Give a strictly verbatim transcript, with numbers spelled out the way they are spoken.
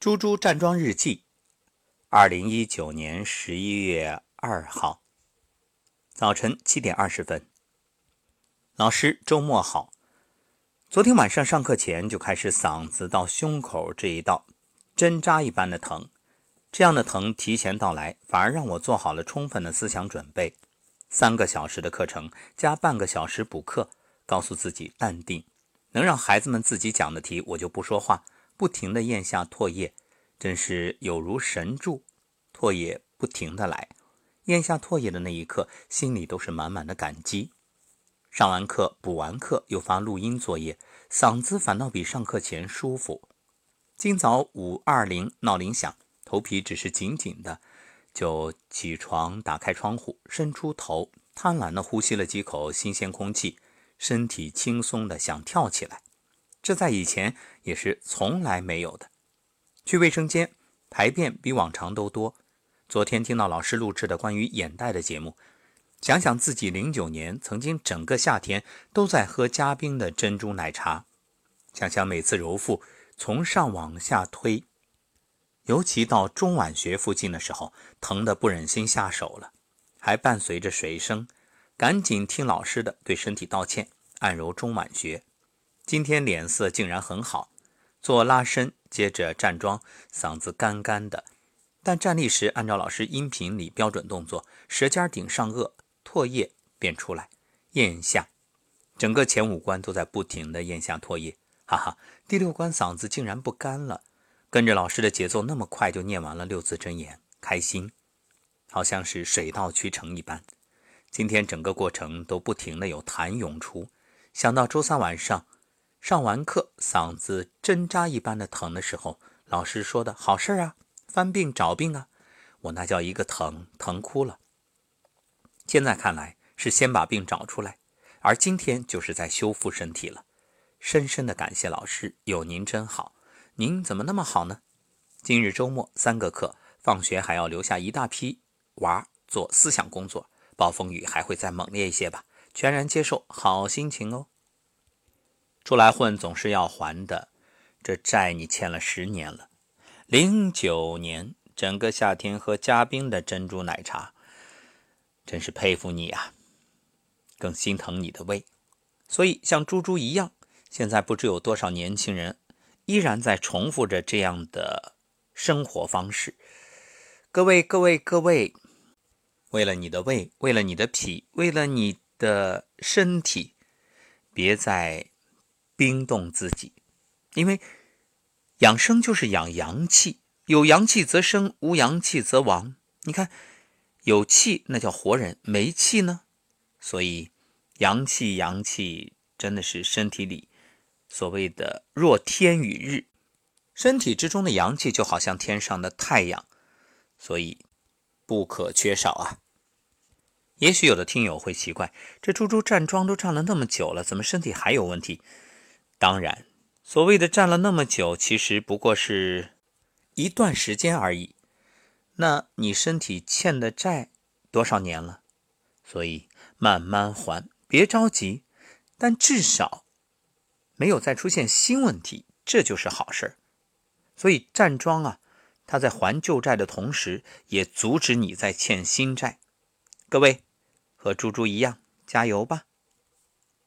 猪猪站桩日记，二零一九年十一月二号，早晨七点二十分。老师，周末好。昨天晚上上课前就开始嗓子到胸口这一道针扎一般的疼，这样的疼提前到来，反而让我做好了充分的思想准备。三个小时的课程加半个小时补课，告诉自己淡定，能让孩子们自己讲的题我就不说话，不停地咽下唾液，真是有如神助，唾液不停地来。咽下唾液的那一刻，心里都是满满的感激。上完课补完课又发录音作业，嗓子反倒比上课前舒服。今早五二零闹铃响，头皮只是紧紧的，就起床打开窗户，伸出头，贪婪地呼吸了几口新鲜空气，身体轻松的想跳起来。这在以前也是从来没有的。去卫生间排便比往常都多。昨天听到老师录制的关于眼袋的节目，想想自己零九年曾经整个夏天都在喝加冰的珍珠奶茶，想想每次揉腹从上往下推，尤其到中脘穴附近的时候，疼得不忍心下手了，还伴随着水声，赶紧听老师的，对身体道歉，按揉中脘穴。今天脸色竟然很好，做拉伸，接着站桩，嗓子干干的，但站立时按照老师音频里标准动作，舌尖顶上颚，唾液便出来，咽下，整个前五关都在不停地咽下唾液，哈哈，第六关嗓子竟然不干了，跟着老师的节奏那么快就念完了六字真言，开心，好像是水到渠成一般。今天整个过程都不停地有痰涌出，想到周三晚上上完课嗓子针扎一般的疼的时候，老师说的好事啊，翻病找病啊，我那叫一个疼，疼哭了。现在看来是先把病找出来，而今天就是在修复身体了。深深的感谢老师，有您真好。您怎么那么好呢？今日周末三个课，放学还要留下一大批娃做思想工作，暴风雨还会再猛烈一些吧，全然接受，好心情哦。出来混总是要还的，这债你欠了十年了。零九年整个夏天喝加冰的珍珠奶茶，真是佩服你啊，更心疼你的胃。所以像猪猪一样，现在不知有多少年轻人依然在重复着这样的生活方式。各位各位各位，为了你的胃，为了你的脾，为了你的身体，别再冰冻自己，因为养生就是养阳气，有阳气则生，无阳气则亡。你看，有气那叫活人，没气呢？所以阳气阳气真的是身体里所谓的若天与日，身体之中的阳气就好像天上的太阳，所以不可缺少啊。也许有的听友会奇怪，这猪猪站桩都站了那么久了，怎么身体还有问题？当然，所谓的站了那么久，其实不过是一段时间而已。那你身体欠的债多少年了？所以慢慢还，别着急，但至少没有再出现新问题，这就是好事。所以站桩啊，它在还旧债的同时，也阻止你再欠新债。各位，和猪猪一样，加油吧！